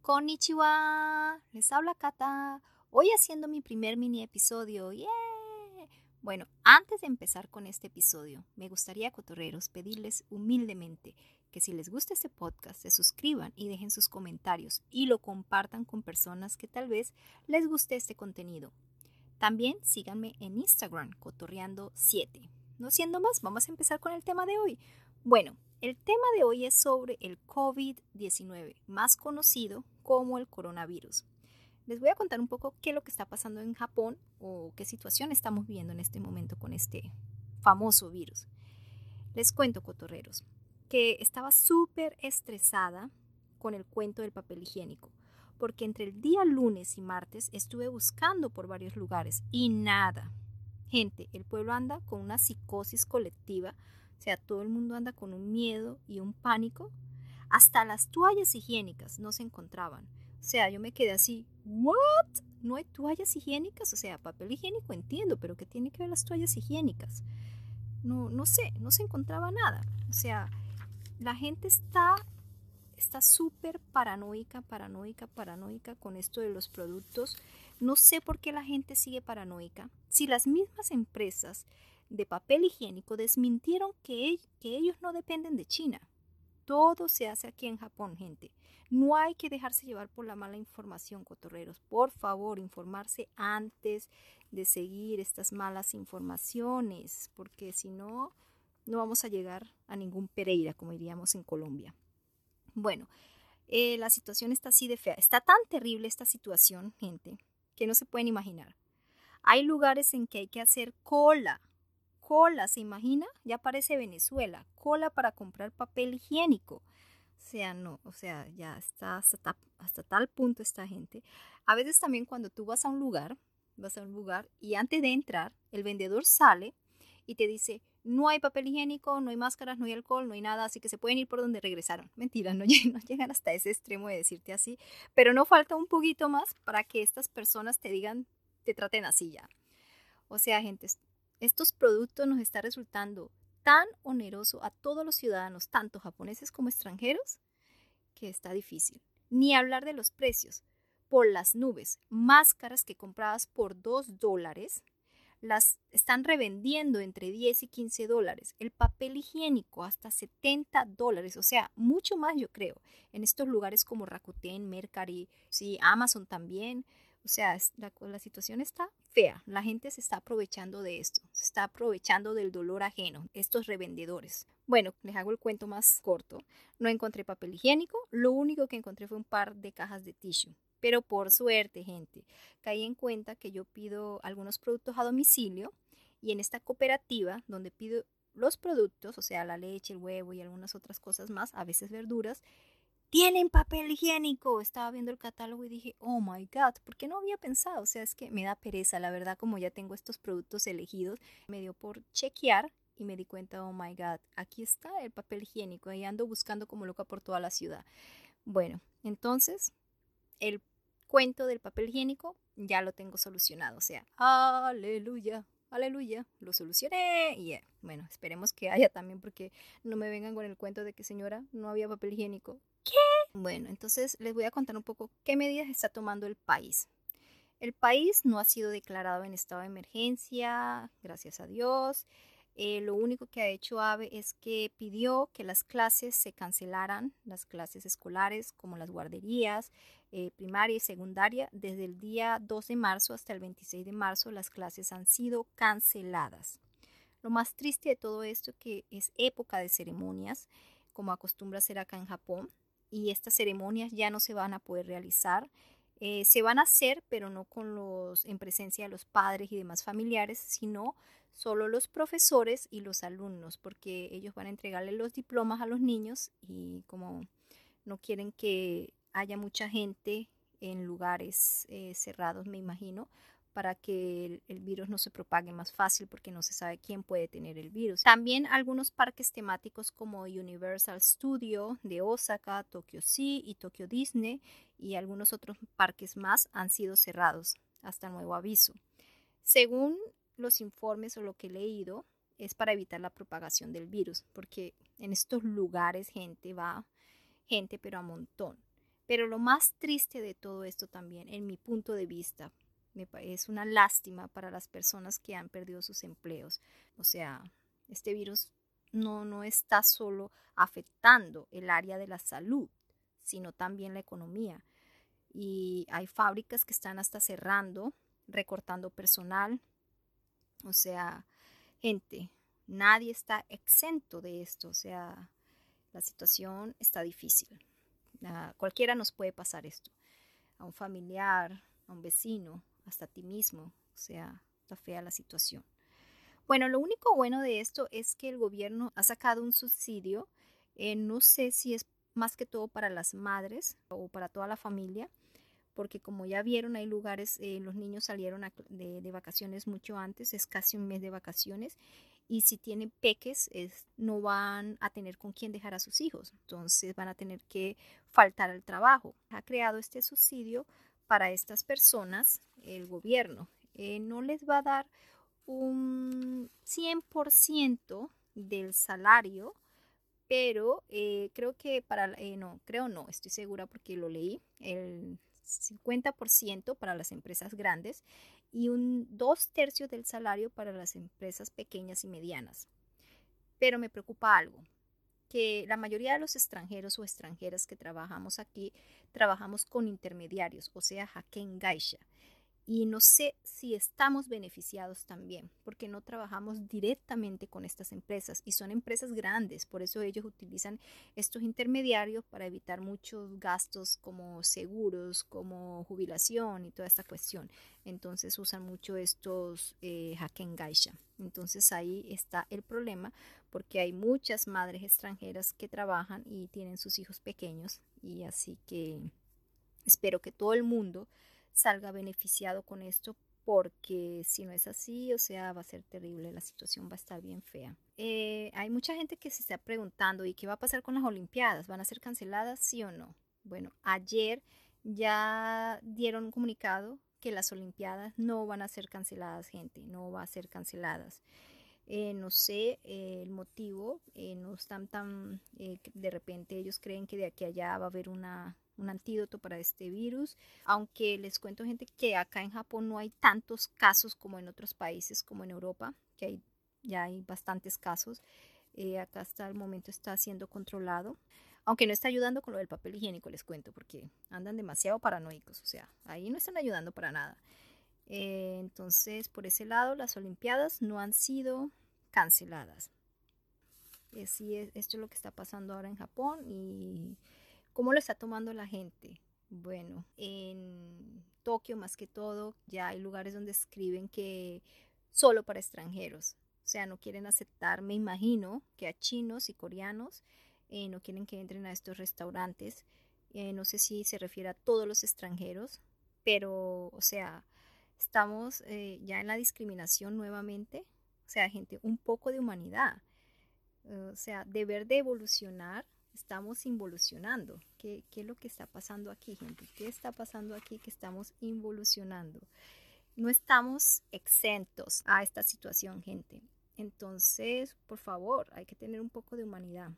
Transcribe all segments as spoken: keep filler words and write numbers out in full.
Konnichiwa, les habla Kata, hoy haciendo mi primer mini episodio, ¡yeah! Bueno, antes de empezar con este episodio, me gustaría, cotorreros, pedirles humildemente que si les gusta este podcast, se suscriban y dejen sus comentarios y lo compartan con personas que tal vez les guste este contenido. También síganme en Instagram, cotorreando siete. No siendo más, vamos a empezar con el tema de hoy. Bueno, el tema de hoy es sobre el COVID diecinueve, más conocido como el coronavirus. Les voy a contar un poco qué es lo que está pasando en Japón o qué situación estamos viviendo en este momento con este famoso virus. Les cuento, cotorreros, que estaba súper estresada con el cuento del papel higiénico, porque entre el día lunes y martes estuve buscando por varios lugares y nada. Gente, el pueblo anda con una psicosis colectiva, o sea, todo el mundo anda con un miedo y un pánico. Hasta las toallas higiénicas no se encontraban. O sea, yo me quedé así, ¿what? ¿No hay toallas higiénicas? O sea, papel higiénico entiendo, pero ¿qué tiene que ver las toallas higiénicas? No, no sé, no se encontraba nada. O sea, la gente está está súper paranoica, paranoica, paranoica con esto de los productos. No sé por qué la gente sigue paranoica. Si las mismas empresas de papel higiénico desmintieron que, que ellos no dependen de China. Todo se hace aquí en Japón, gente. No hay que dejarse llevar por la mala información, cotorreros. Por favor, informarse antes de seguir estas malas informaciones, porque si no, no vamos a llegar a ningún Pereira, como diríamos en Colombia. Bueno, eh, la situación está así de fea. Está tan terrible esta situación, gente, que no se pueden imaginar. Hay lugares en que hay que hacer cola. Cola, ¿se imagina? Ya parece Venezuela. Cola para comprar papel higiénico. O sea, no, o sea, ya está hasta, ta, hasta tal punto esta gente. A veces también cuando tú vas a un lugar, vas a un lugar y antes de entrar, el vendedor sale y te dice, no hay papel higiénico, no hay máscaras, no hay alcohol, no hay nada, así que se pueden ir por donde regresaron. Mentira, no, no llegan hasta ese extremo de decirte así, pero no falta un poquito más para que estas personas te digan, te traten así ya. O sea, gente, estos productos nos están resultando tan oneroso a todos los ciudadanos, tanto japoneses como extranjeros, que está difícil. Ni hablar de los precios. Por las nubes, máscaras que comprabas por dos dólares, las están revendiendo entre diez y quince dólares. El papel higiénico hasta setenta dólares, o sea, mucho más yo creo. En estos lugares como Rakuten, Mercari, sí, Amazon también. O sea, la, la situación está fea. La gente se está aprovechando de esto. Se está aprovechando del dolor ajeno, estos revendedores. Bueno, les hago el cuento más corto. No encontré papel higiénico. Lo único que encontré fue un par de cajas de tissue. Pero por suerte, gente, caí en cuenta que yo pido algunos productos a domicilio y en esta cooperativa donde pido los productos, o sea, la leche, el huevo y algunas otras cosas más, a veces verduras, tienen papel higiénico. Estaba viendo el catálogo y dije, oh my God, ¿por qué no había pensado? O sea, es que me da pereza, la verdad, como ya tengo estos productos elegidos, me dio por chequear y me di cuenta, oh my God, aquí está el papel higiénico y ando buscando como loca por toda la ciudad. Bueno, entonces, el cuento del papel higiénico ya lo tengo solucionado, o sea, aleluya. Aleluya, lo solucioné y yeah. Bueno, esperemos que haya también porque no me vengan con el cuento de que señora, no había papel higiénico. ¿Qué? Bueno, entonces les voy a contar un poco qué medidas está tomando el país. El país no ha sido declarado en estado de emergencia, gracias a Dios. Eh, lo único que ha hecho AVE es que pidió que las clases se cancelaran, las clases escolares como las guarderías, eh, primaria y secundaria. Desde el día dos de marzo hasta el veintiséis de marzo las clases han sido canceladas. Lo más triste de todo esto es que es época de ceremonias, como acostumbra ser acá en Japón, y estas ceremonias ya no se van a poder realizar. Eh, se van a hacer, pero no con los, en presencia de los padres y demás familiares, sino solo los profesores y los alumnos, porque ellos van a entregarle los diplomas a los niños y como no quieren que haya mucha gente en lugares eh, cerrados, me imagino, para que el, el virus no se propague más fácil porque no se sabe quién puede tener el virus. También algunos parques temáticos como Universal Studio de Osaka, Tokyo Sea y Tokyo Disney y algunos otros parques más han sido cerrados hasta nuevo aviso. Según los informes o lo que he leído, es para evitar la propagación del virus, porque en estos lugares gente va, gente pero a montón. Pero lo más triste de todo esto también, en mi punto de vista, me parece una lástima para las personas que han perdido sus empleos. O sea, este virus no, no está solo afectando el área de la salud, sino también la economía. Y hay fábricas que están hasta cerrando, recortando personal. O sea, gente, nadie está exento de esto. O sea, la situación está difícil. A cualquiera nos puede pasar esto. A un familiar, a un vecino, hasta a ti mismo. O sea, está fea la situación. Bueno, lo único bueno de esto es que el gobierno ha sacado un subsidio. Eh, no sé si es más que todo para las madres o para toda la familia, porque como ya vieron, hay lugares, eh, los niños salieron a, de, de vacaciones mucho antes, es casi un mes de vacaciones, y si tienen peques, es, no van a tener con quién dejar a sus hijos, entonces van a tener que faltar al trabajo. Ha creado este subsidio para estas personas, el gobierno. Eh, no les va a dar un cien por ciento del salario, pero eh, creo que para, eh, no, creo no, estoy segura porque lo leí, el cincuenta por ciento para las empresas grandes y un dos tercios del salario para las empresas pequeñas y medianas. Pero me preocupa algo, que la mayoría de los extranjeros o extranjeras que trabajamos aquí, trabajamos con intermediarios, o sea, Haken Gaisha. Y no sé si estamos beneficiados también, porque no trabajamos directamente con estas empresas y son empresas grandes, por eso ellos utilizan estos intermediarios para evitar muchos gastos como seguros, como jubilación y toda esta cuestión. Entonces usan mucho estos eh, Haken Gaisha. Entonces ahí está el problema, porque hay muchas madres extranjeras que trabajan y tienen sus hijos pequeños, y así que espero que todo el mundo salga beneficiado con esto, porque si no es así, o sea, va a ser terrible, la situación va a estar bien fea. Eh, hay mucha gente que se está preguntando, ¿y qué va a pasar con las Olimpiadas? ¿Van a ser canceladas, sí o no? Bueno, ayer ya dieron un comunicado que las Olimpiadas no van a ser canceladas, gente, no van a ser canceladas. Eh, no sé eh, el motivo, eh, no están tan, eh, de repente ellos creen que de aquí a allá va a haber una, un antídoto para este virus, aunque les cuento, gente, que acá en Japón no hay tantos casos como en otros países, como en Europa, que hay, ya hay bastantes casos. Eh, acá hasta el momento está siendo controlado, aunque no está ayudando con lo del papel higiénico, les cuento, porque andan demasiado paranoicos, o sea, ahí no están ayudando para nada. Eh, entonces, por ese lado, las Olimpiadas no han sido canceladas. Eh, sí, es, esto es lo que está pasando ahora en Japón. ¿Y cómo lo está tomando la gente? Bueno, en Tokio más que todo ya hay lugares donde escriben que solo para extranjeros. O sea, no quieren aceptar, me imagino, que a chinos y coreanos eh, no quieren que entren a estos restaurantes. Eh, no sé si se refiere a todos los extranjeros, pero, o sea, estamos eh, ya en la discriminación nuevamente. O sea, gente, un poco de humanidad. Uh, o sea, deber de evolucionar, estamos involucionando. ¿Qué, ¿Qué es lo que está pasando aquí, gente? ¿Qué está pasando aquí que estamos involucionando? No estamos exentos a esta situación, gente. Entonces, por favor, hay que tener un poco de humanidad.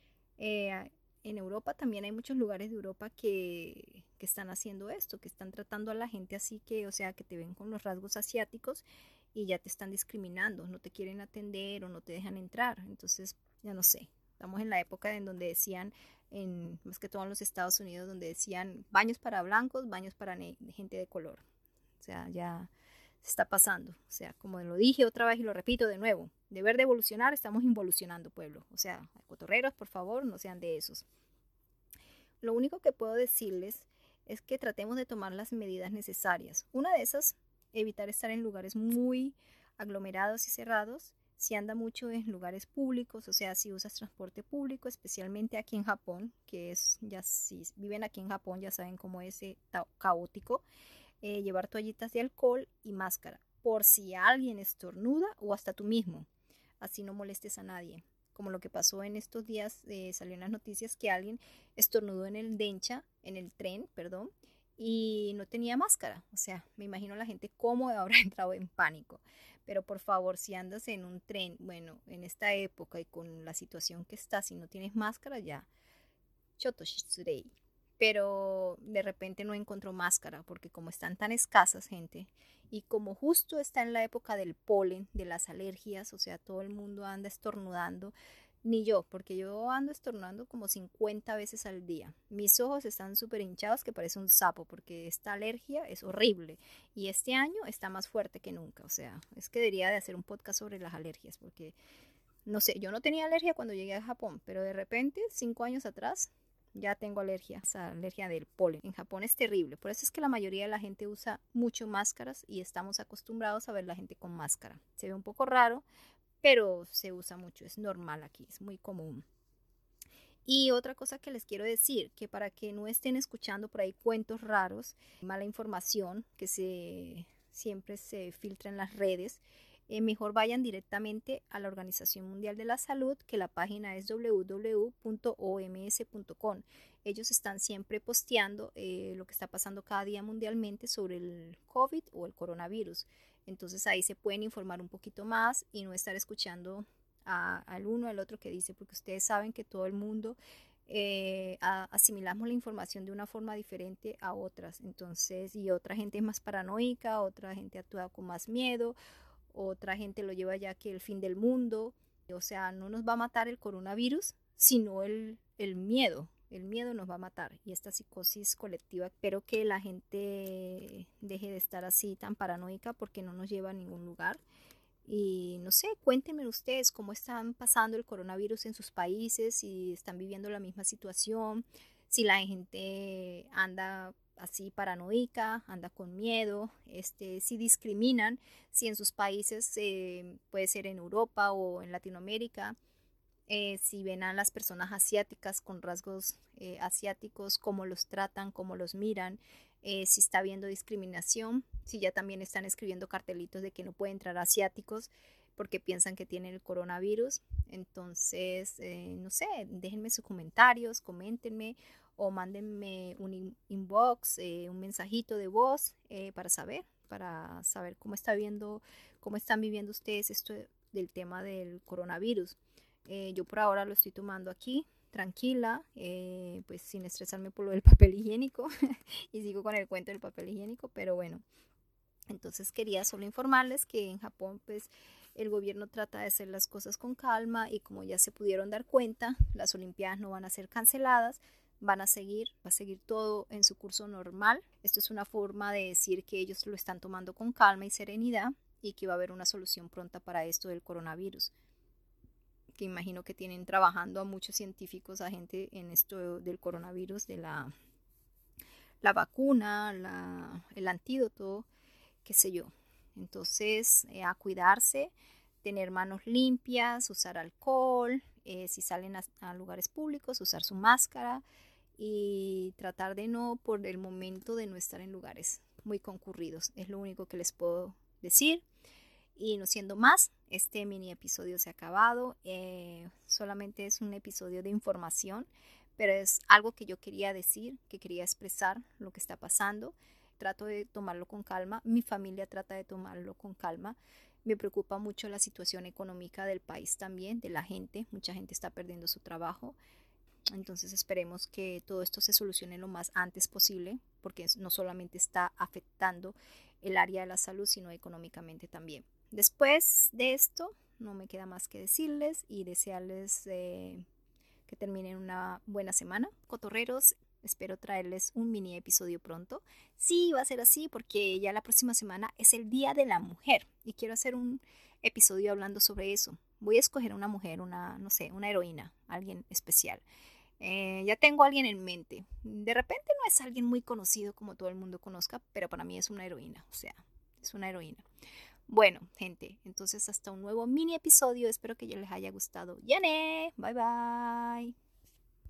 Eh, en Europa también hay muchos lugares de Europa que, que están haciendo esto, que están tratando a la gente así, que, o sea, que te ven con los rasgos asiáticos y ya te están discriminando, no te quieren atender o no te dejan entrar. Entonces, ya no sé, estamos en la época en donde decían, en, más que todo en los Estados Unidos, donde decían baños para blancos, baños para gente de color. O sea, ya se está pasando. O sea, como lo dije otra vez y lo repito de nuevo, deber de evolucionar, estamos involucionando, pueblo. O sea, cotorreros, por favor, no sean de esos. Lo único que puedo decirles es que tratemos de tomar las medidas necesarias. Una de esas, evitar estar en lugares muy aglomerados y cerrados. Si anda mucho en lugares públicos, o sea, si usas transporte público, especialmente aquí en Japón, que es, ya si viven aquí en Japón ya saben cómo es eh, caótico. Eh, llevar toallitas de alcohol y máscara, por si alguien estornuda o hasta tú mismo, así no molestes a nadie. Como lo que pasó en estos días, eh, salió en las noticias que alguien estornudó en el dencha, en el tren, perdón, y no tenía máscara. O sea, me imagino la gente cómo habrá entrado en pánico. Pero por favor, si andas en un tren, bueno, en esta época y con la situación que está, si no tienes máscara, ya, choto shitsurei. pero de repente no encontró máscara, porque como están tan escasas, gente, y como justo está en la época del polen, de las alergias, o sea, todo el mundo anda estornudando, ni yo, porque yo ando estornudando como cincuenta veces al día. Mis ojos están súper hinchados que parece un sapo, porque esta alergia es horrible. Y este año está más fuerte que nunca. O sea, es que debería de hacer un podcast sobre las alergias, porque, no sé, yo no tenía alergia cuando llegué a Japón, pero de repente, cinco años atrás, ya tengo alergia, esa alergia del polen. En Japón es terrible, por eso es que la mayoría de la gente usa mucho máscaras y estamos acostumbrados a ver la gente con máscara. Se ve un poco raro, pero se usa mucho, es normal aquí, es muy común. Y otra cosa que les quiero decir, que para que no estén escuchando por ahí cuentos raros, mala información que se siempre se filtra en las redes, eh, mejor vayan directamente a la Organización Mundial de la Salud, que la página es doble u doble u doble u punto o eme ese punto com. Ellos están siempre posteando eh, lo que está pasando cada día mundialmente sobre el COVID o el coronavirus. Entonces ahí se pueden informar un poquito más y no estar escuchando a, al uno al otro que dice, porque ustedes saben que todo el mundo eh, a, asimilamos la información de una forma diferente a otras. Entonces, y otra gente es más paranoica, otra gente actúa con más miedo, otra gente lo lleva ya que el fin del mundo. O sea, no nos va a matar el coronavirus, sino el, el miedo. El miedo nos va a matar y esta psicosis colectiva. Espero que la gente deje de estar así tan paranoica porque no nos lleva a ningún lugar. Y no sé, cuéntenme ustedes cómo están pasando el coronavirus en sus países, si están viviendo la misma situación, si la gente anda así paranoica, anda con miedo, este, si discriminan, si en sus países, eh, puede ser en Europa o en Latinoamérica, eh, si ven a las personas asiáticas con rasgos eh, asiáticos, cómo los tratan, cómo los miran, eh, si está habiendo discriminación, si ya también están escribiendo cartelitos de que no pueden entrar asiáticos porque piensan que tienen el coronavirus. Entonces, eh, no sé, déjenme sus comentarios, coméntenme o mándenme un in inbox, eh, un mensajito de voz eh, para saber, para saber cómo está viendo, cómo están viviendo ustedes esto del tema del coronavirus. Eh, yo por ahora lo estoy tomando aquí, tranquila, eh, pues sin estresarme por lo del papel higiénico y sigo con el cuento del papel higiénico, pero bueno, entonces quería solo informarles que en Japón pues el gobierno trata de hacer las cosas con calma y como ya se pudieron dar cuenta, las olimpiadas no van a ser canceladas, van a seguir, va a seguir todo en su curso normal. Esto es una forma de decir que ellos lo están tomando con calma y serenidad y que va a haber una solución pronta para esto del coronavirus, que imagino que tienen trabajando a muchos científicos, a gente en esto del coronavirus, de la, la vacuna, la, el antídoto, qué sé yo. Entonces, eh, a cuidarse, tener manos limpias, usar alcohol, eh, si salen a, a lugares públicos, usar su máscara y tratar de no, por el momento, de no estar en lugares muy concurridos. Es lo único que les puedo decir. Y no siendo más, este mini episodio se ha acabado. Eh, solamente es un episodio de información, pero es algo que yo quería decir, que quería expresar lo que está pasando. Trato de tomarlo con calma. Mi familia trata de tomarlo con calma. Me preocupa mucho la situación económica del país también, de la gente. Mucha gente está perdiendo su trabajo. Entonces esperemos que todo esto se solucione lo más antes posible, porque no solamente está afectando el área de la salud, sino económicamente también. Después de esto, no me queda más que decirles y desearles eh, que terminen una buena semana. Cotorreros, espero traerles un mini episodio pronto. Sí, va a ser así porque ya la próxima semana es el Día de la Mujer y quiero hacer un episodio hablando sobre eso. Voy a escoger una mujer, una, no sé, una heroína, alguien especial. Eh, ya tengo a alguien en mente. De repente no es alguien muy conocido como todo el mundo conozca, pero para mí es una heroína, o sea, es una heroína. Bueno, gente, entonces hasta un nuevo mini episodio. Espero que ya les haya gustado. ¡Yane! Bye bye.